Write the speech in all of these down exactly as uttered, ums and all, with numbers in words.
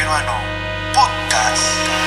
Peruano Podcast.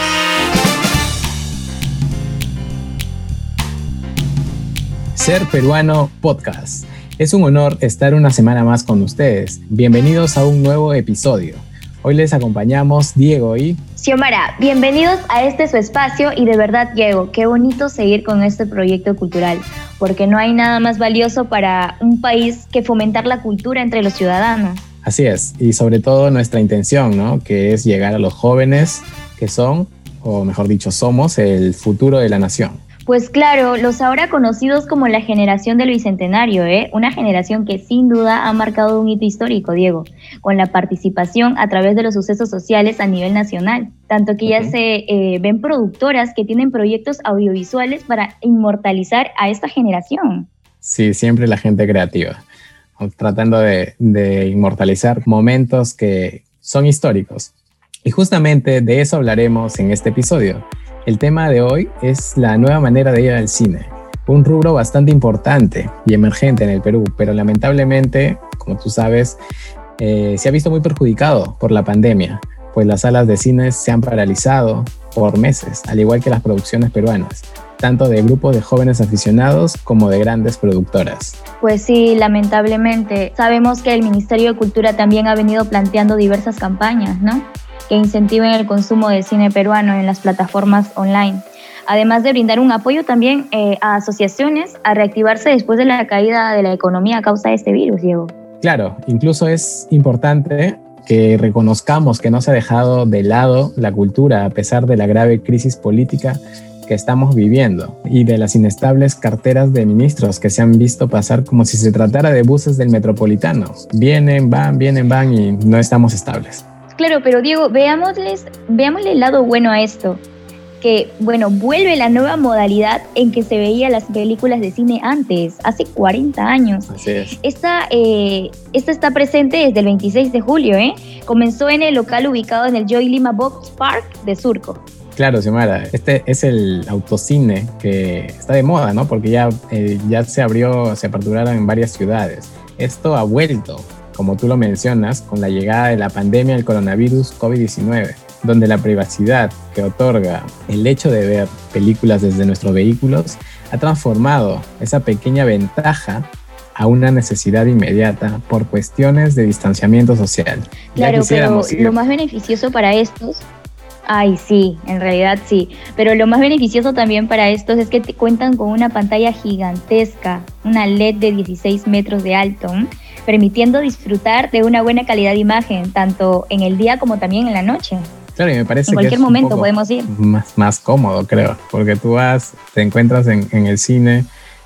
Ser Peruano Podcast. Es un honor estar una semana más con ustedes. Bienvenidos a un nuevo episodio. Hoy les acompañamos Diego y Xiomara. Bienvenidos a este su espacio y de verdad, Diego, qué bonito seguir con este proyecto cultural, porque no hay nada más valioso para un país que fomentar la cultura entre los ciudadanos. Así es, y sobre todo nuestra intención, ¿no? Que es llegar a los jóvenes que son, o mejor dicho, somos el futuro de la nación. Pues claro, los ahora conocidos como la generación del Bicentenario, ¿eh? Una generación que sin duda ha marcado un hito histórico, Diego, con la participación a través de los sucesos sociales a nivel nacional. Tanto que ya uh-huh. se eh, ven productoras que tienen proyectos audiovisuales para inmortalizar a esta generación. Sí, siempre la gente creativa, tratando de, de inmortalizar momentos que son históricos. Y justamente de eso hablaremos en este episodio. El tema de hoy es la nueva manera de ir al cine, un rubro bastante importante y emergente en el Perú, pero lamentablemente, como tú sabes, eh, se ha visto muy perjudicado por la pandemia, pues las salas de cine se han paralizado por meses, al igual que las producciones peruanas, tanto de grupos de jóvenes aficionados como de grandes productoras. Pues sí, lamentablemente. Sabemos que el Ministerio de Cultura también ha venido planteando diversas campañas, ¿no?, que incentiven el consumo de cine peruano en las plataformas online, además de brindar un apoyo también eh, a asociaciones a reactivarse después de la caída de la economía a causa de este virus, Diego. Claro, incluso es importante que reconozcamos que no se ha dejado de lado la cultura a pesar de la grave crisis política que estamos viviendo y de las inestables carteras de ministros que se han visto pasar como si se tratara de buses del Metropolitano. Vienen, van, vienen, van y no estamos estables. Claro, pero Diego, veámosles, veámosle el lado bueno a esto, que, bueno, vuelve la nueva modalidad en que se veían las películas de cine antes, hace cuarenta años. Así es. Esta, eh, esta está presente desde el veintiséis de julio, ¿eh? Comenzó en el local ubicado en el Joy Lima Box Park de Surco. Claro, Xiomara, este es el autocine que está de moda, ¿no? Porque ya, eh, ya se abrió, se aperturaron en varias ciudades. Esto ha vuelto, como tú lo mencionas, con la llegada de la pandemia del coronavirus covid diecinueve, donde la privacidad que otorga el hecho de ver películas desde nuestros vehículos ha transformado esa pequeña ventaja a una necesidad inmediata por cuestiones de distanciamiento social. Claro, pero ir... lo más beneficioso para estos... Ay, sí, en realidad sí. Pero lo más beneficioso también para estos es que te cuentan con una pantalla gigantesca, una L E D de dieciséis metros de alto, ¿eh? Permitiendo disfrutar de una buena calidad de imagen, tanto en el día como también en la noche. Claro, y me parece en que cualquier es momento podemos ir. Más, más cómodo, creo, porque tú vas, te encuentras en, en el cine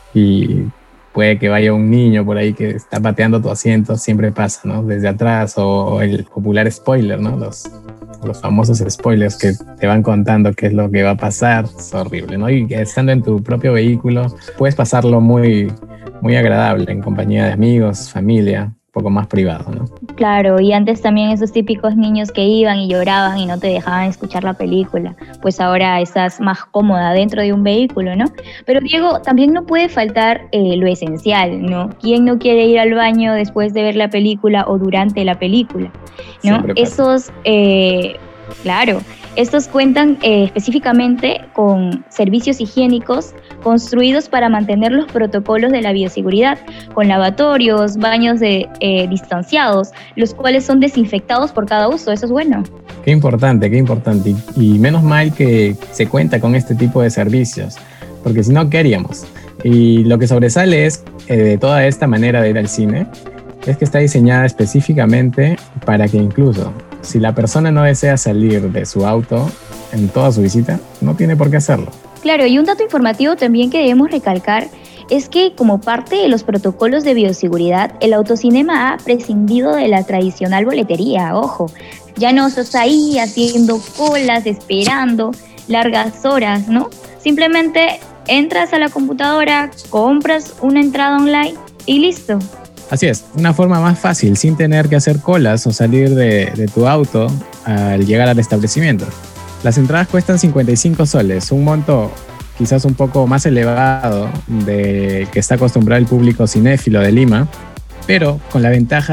y puede que vaya un niño por ahí que está pateando tu asiento, siempre pasa, ¿no? Desde atrás, o, o el popular spoiler, ¿no? Los, los famosos spoilers que te van contando qué es lo que va a pasar, es horrible, ¿no? Y estando en tu propio vehículo, puedes pasarlo muy, muy agradable en compañía de amigos, familia, un poco más privado, ¿no? Claro, y antes también esos típicos niños que iban y lloraban y no te dejaban escuchar la película, pues ahora estás más cómoda dentro de un vehículo, ¿no? Pero Diego, también no puede faltar eh, lo esencial, ¿no? ¿Quién no quiere ir al baño después de ver la película o durante la película, ¿no? Esos, eh, claro, estos cuentan eh, específicamente con servicios higiénicos construidos para mantener los protocolos de la bioseguridad, con lavatorios, baños de, eh, distanciados, los cuales son desinfectados por cada uso. Eso es bueno. Qué importante, qué importante. Y, y menos mal que se cuenta con este tipo de servicios, porque si no, ¿qué haríamos? Y lo que sobresale es, eh, de toda esta manera de ir al cine, es que está diseñada específicamente para que incluso si la persona no desea salir de su auto en toda su visita, no tiene por qué hacerlo. Claro, y un dato informativo también que debemos recalcar es que como parte de los protocolos de bioseguridad, el autocinema ha prescindido de la tradicional boletería, ojo. Ya no estás ahí haciendo colas, esperando largas horas, ¿no? Simplemente entras a la computadora, compras una entrada online y listo. Así es, una forma más fácil, sin tener que hacer colas o salir de, de tu auto al llegar al establecimiento. Las entradas cuestan cincuenta y cinco soles, un monto quizás un poco más elevado de que está acostumbrado el público cinéfilo de Lima, pero con la ventaja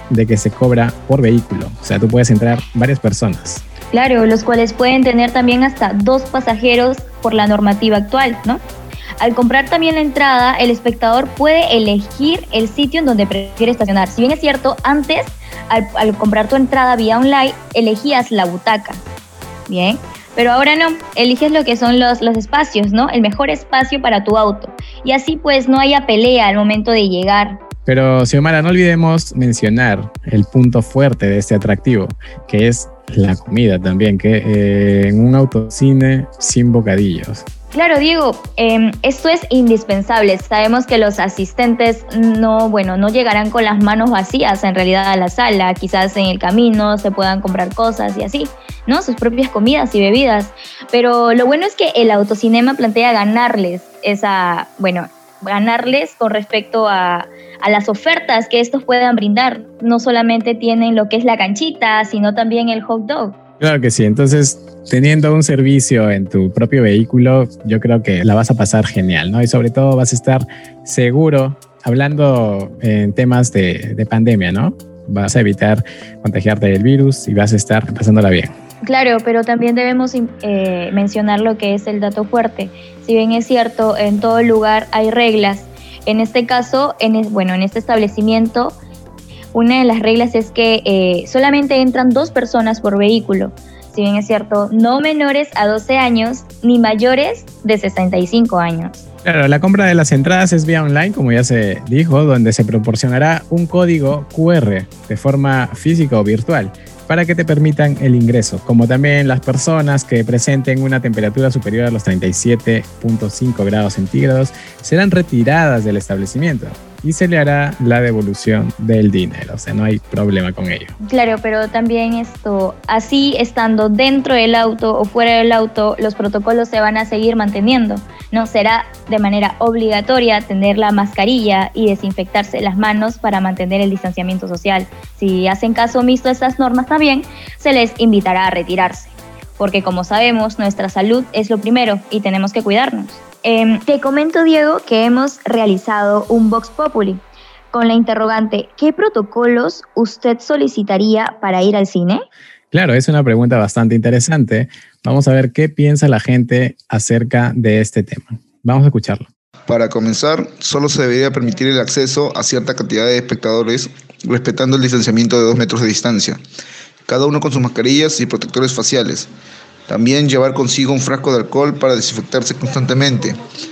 de que se cobra por vehículo. O sea, tú puedes entrar varias personas. Claro, los cuales pueden tener también hasta dos pasajeros por la normativa actual, ¿no? Al comprar también la entrada, el espectador puede elegir el sitio en donde prefiere estacionar. Si bien es cierto, antes, al, al comprar tu entrada vía online, elegías la butaca, ¿bien? Pero ahora no, eliges lo que son los, los espacios, ¿no? El mejor espacio para tu auto. Y así pues no haya pelea al momento de llegar. Pero, Xiomara, no olvidemos mencionar el punto fuerte de este atractivo, que es la comida también, que eh, en un autocine sin bocadillos. Claro, Diego, eh, esto es indispensable. Sabemos que los asistentes no, bueno, no llegarán con las manos vacías en realidad a la sala. Quizás en el camino se puedan comprar cosas y así, ¿no? Sus propias comidas y bebidas. Pero lo bueno es que el autocinema plantea ganarles esa, bueno, ganarles con respecto a, a las ofertas que estos puedan brindar. No solamente tienen lo que es la canchita, sino también el hot dog. Claro que sí, entonces teniendo un servicio en tu propio vehículo, yo creo que la vas a pasar genial, ¿no? Y sobre todo vas a estar seguro, hablando en temas de, de pandemia, ¿no? Vas a evitar contagiarte del virus y vas a estar pasándola bien. Claro, pero también debemos eh, mencionar lo que es el dato fuerte. Si bien es cierto, en todo lugar hay reglas. En este caso, en es, bueno, en este establecimiento, una de las reglas es que eh, solamente entran dos personas por vehículo. Si bien es cierto, no menores a doce años ni mayores de sesenta y cinco años. Claro, la compra de las entradas es vía online, como ya se dijo, donde se proporcionará un código cu erre de forma física o virtual para que te permitan el ingreso, como también las personas que presenten una temperatura superior a los treinta y siete punto cinco grados centígrados serán retiradas del establecimiento y se le hará la devolución del dinero, o sea, no hay problema con ello. Claro, pero también esto, así estando dentro del auto o fuera del auto, los protocolos se van a seguir manteniendo, ¿no? Será de manera obligatoria tener la mascarilla y desinfectarse las manos para mantener el distanciamiento social. Si hacen caso omiso a estas normas también, se les invitará a retirarse, porque como sabemos, nuestra salud es lo primero y tenemos que cuidarnos. Eh, te comento, Diego, que hemos realizado un Vox Populi con la interrogante: ¿qué protocolos usted solicitaría para ir al cine? Claro, es una pregunta bastante interesante. Vamos a ver qué piensa la gente acerca de este tema. Vamos a escucharlo. Para comenzar, solo se debería permitir el acceso a cierta cantidad de espectadores, respetando el distanciamiento de dos metros de distancia, cada uno con sus mascarillas y protectores faciales. También llevar consigo un frasco de alcohol para desinfectarse constantemente.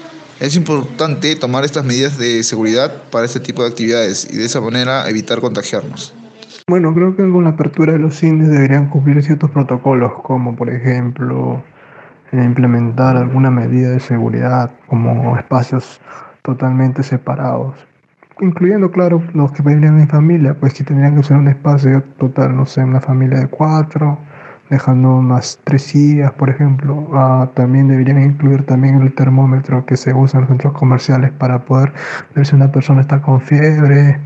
Es importante tomar estas medidas de seguridad para este tipo de actividades y de esa manera evitar contagiarnos. Bueno, creo que con la apertura de los cines deberían cumplir ciertos protocolos, como por ejemplo implementar alguna medida de seguridad, como espacios totalmente separados, incluyendo, claro, los que vendrían en familia, pues que tendrían que usar un espacio total, no sé, una familia de cuatro, dejando unas tres sillas, por ejemplo. Uh, también deberían incluir también el termómetro que se usa en los centros comerciales para poder ver si una persona está con fiebre,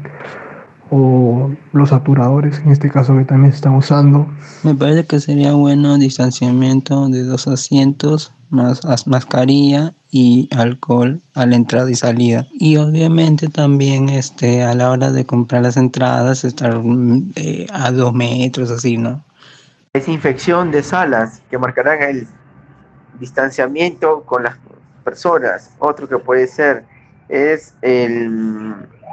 o los saturadores, en este caso, que también se están usando. Me parece que sería bueno distanciamiento de dos asientos, más mascarilla y alcohol a la entrada y salida. Y obviamente también este, a la hora de comprar las entradas, estar eh, a dos metros, así, ¿no? Desinfección de salas que marcarán el distanciamiento con las personas. Otro que puede ser es el,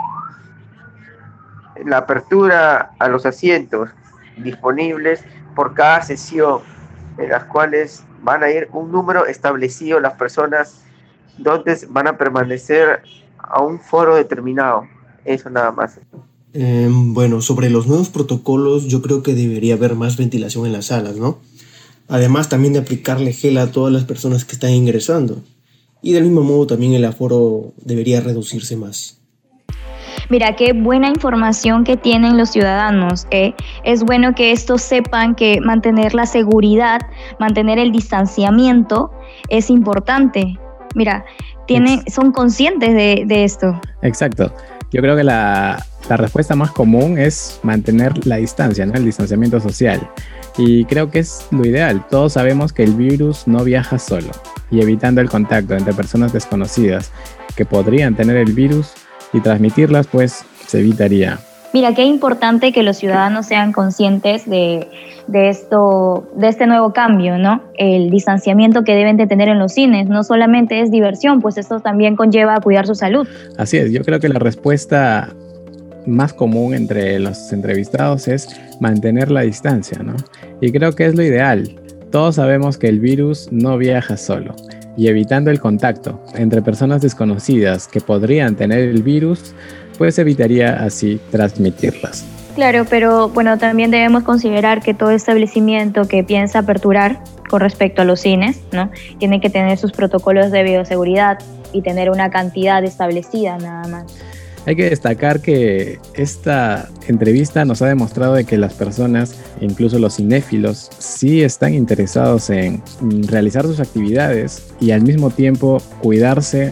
la apertura a los asientos disponibles por cada sesión, en las cuales van a ir un número establecido las personas donde van a permanecer a un foro determinado. Eso nada más. Eh, bueno, sobre los nuevos protocolos, yo creo que debería haber más ventilación en las salas, ¿no? Además, también de aplicarle gel a todas las personas que están ingresando. Y del mismo modo, también el aforo debería reducirse más. Mira, qué buena información que tienen los ciudadanos, ¿eh? Es bueno que estos sepan que mantener la seguridad, mantener el distanciamiento es importante. Mira, tienen, son conscientes de, de esto. Exacto. Yo creo que la, la respuesta más común es mantener la distancia, ¿no? El distanciamiento social. Y creo que es lo ideal. Todos sabemos que el virus no viaja solo. Y evitando el contacto entre personas desconocidas que podrían tener el virus y transmitirlas, pues se evitaría. Mira, qué importante que los ciudadanos sean conscientes de, de, esto, de este nuevo cambio, ¿no? El distanciamiento que deben de tener en los cines. No solamente es diversión, pues esto también conlleva a cuidar su salud. Así es, yo creo que la respuesta más común entre los entrevistados es mantener la distancia, ¿no? Y creo que es lo ideal. Todos sabemos que el virus no viaja solo, y evitando el contacto entre personas desconocidas que podrían tener el virus, pues evitaría así transmitirlas. Claro, pero bueno, también debemos considerar que todo establecimiento que piensa aperturar con respecto a los cines, ¿no?, tiene que tener sus protocolos de bioseguridad y tener una cantidad establecida nada más. Hay que destacar que esta entrevista nos ha demostrado de que las personas, incluso los cinéfilos, sí están interesados en realizar sus actividades y al mismo tiempo cuidarse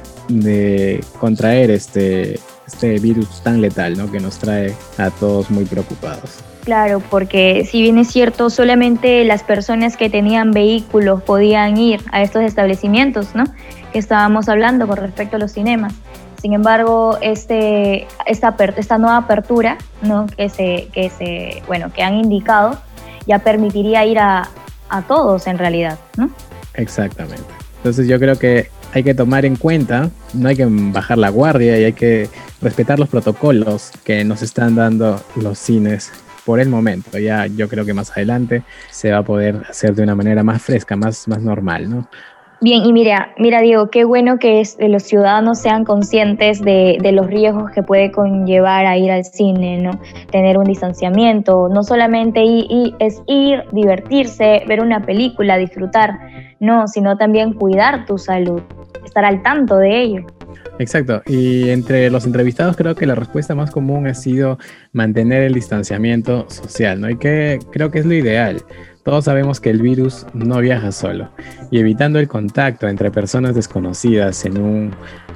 de contraer este, este virus tan letal, ¿no?, que nos trae a todos muy preocupados. Claro, porque si bien es cierto, solamente las personas que tenían vehículos podían ir a estos establecimientos, ¿no?, que estábamos hablando con respecto a los cinemas. Sin embargo, este, esta, esta nueva apertura, ¿no?, que se, que se, bueno, que han indicado, ya permitiría ir a, a todos en realidad, ¿no? Exactamente. Entonces yo creo que hay que tomar en cuenta, no hay que bajar la guardia y hay que respetar los protocolos que nos están dando los cines por el momento. Ya yo creo que más adelante se va a poder hacer de una manera más fresca, más, más normal, ¿no? Bien, y mira, mira Diego, qué bueno que es, los ciudadanos sean conscientes de, de los riesgos que puede conllevar a ir al cine, ¿no? Tener un distanciamiento, no solamente ir, ir, es ir, divertirse, ver una película, disfrutar, no, sino también cuidar tu salud, estar al tanto de ello. Exacto, y entre los entrevistados creo que la respuesta más común ha sido mantener el distanciamiento social, ¿no? Y que creo que es lo ideal. Todos sabemos que el virus no viaja solo, y evitando el contacto entre personas desconocidas en un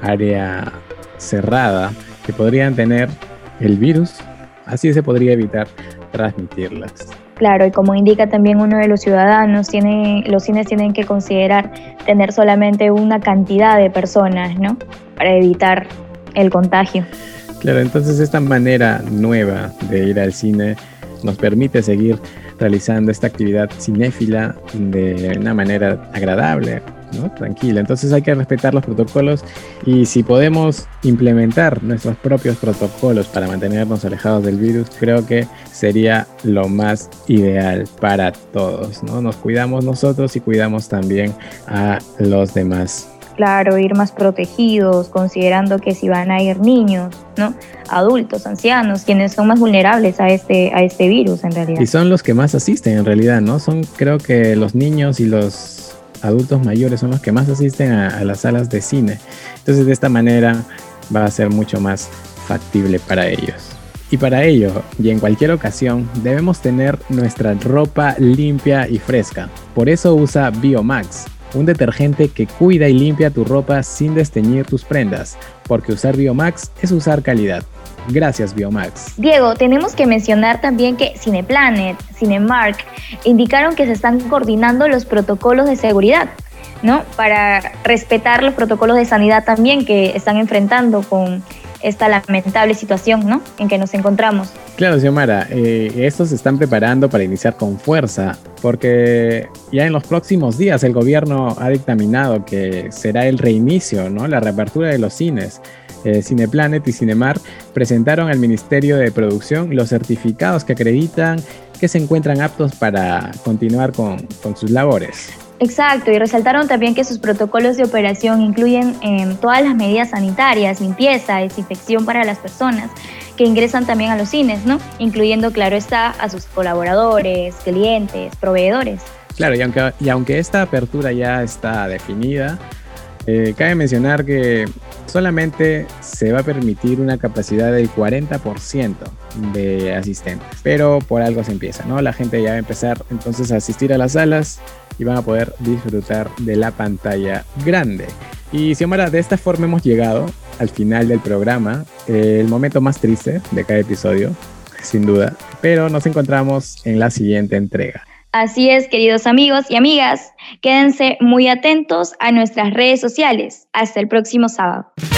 área cerrada que podrían tener el virus, así se podría evitar transmitirlas. Claro, y como indica también uno de los ciudadanos, tiene, los cines tienen que considerar tener solamente una cantidad de personas, ¿no?, para evitar el contagio. Claro, entonces esta manera nueva de ir al cine nos permite seguir realizando esta actividad cinéfila de una manera agradable, ¿no?, tranquila. Entonces hay que respetar los protocolos, y si podemos implementar nuestros propios protocolos para mantenernos alejados del virus, creo que sería lo más ideal para todos, ¿no? Nos cuidamos nosotros y cuidamos también a los demás. Claro, ir más protegidos, considerando que si van a ir niños, ¿no?, adultos, ancianos, quienes son más vulnerables a este, a este virus en realidad. Y son los que más asisten en realidad, ¿no? Son, creo que los niños y los adultos mayores son los que más asisten a, a las salas de cine. Entonces de esta manera va a ser mucho más factible para ellos. Y para ello, y en cualquier ocasión, debemos tener nuestra ropa limpia y fresca. Por eso usa Biomax, un detergente que cuida y limpia tu ropa sin desteñir tus prendas, porque usar Biomax es usar calidad. Gracias, Biomax. Diego, tenemos que mencionar también que Cineplanet, Cinemark indicaron que se están coordinando los protocolos de seguridad, ¿no?, para respetar los protocolos de sanidad también que están enfrentando con esta lamentable situación, ¿no?, en que nos encontramos. Claro, Xiomara, eh, estos se están preparando para iniciar con fuerza, porque ya en los próximos días el gobierno ha dictaminado que será el reinicio, ¿no?, la reapertura de los cines. Eh, Cineplanet y Cinemark presentaron al Ministerio de Producción los certificados que acreditan que se encuentran aptos para continuar con, con sus labores. Exacto, y resaltaron también que sus protocolos de operación incluyen eh, todas las medidas sanitarias, limpieza, desinfección para las personas que ingresan también a los cines, ¿no?, incluyendo, claro está, a sus colaboradores, clientes, proveedores. Claro, y aunque, y aunque esta apertura ya está definida, eh, cabe mencionar que solamente se va a permitir una capacidad del cuarenta por ciento de asistentes, pero por algo se empieza, ¿no? La gente ya va a empezar entonces a asistir a las salas y van a poder disfrutar de la pantalla grande. Y Xiomara, de esta forma hemos llegado al final del programa, eh, el momento más triste de cada episodio, sin duda, pero nos encontramos en la siguiente entrega. Así es, queridos amigos y amigas, quédense muy atentos a nuestras redes sociales. Hasta el próximo sábado.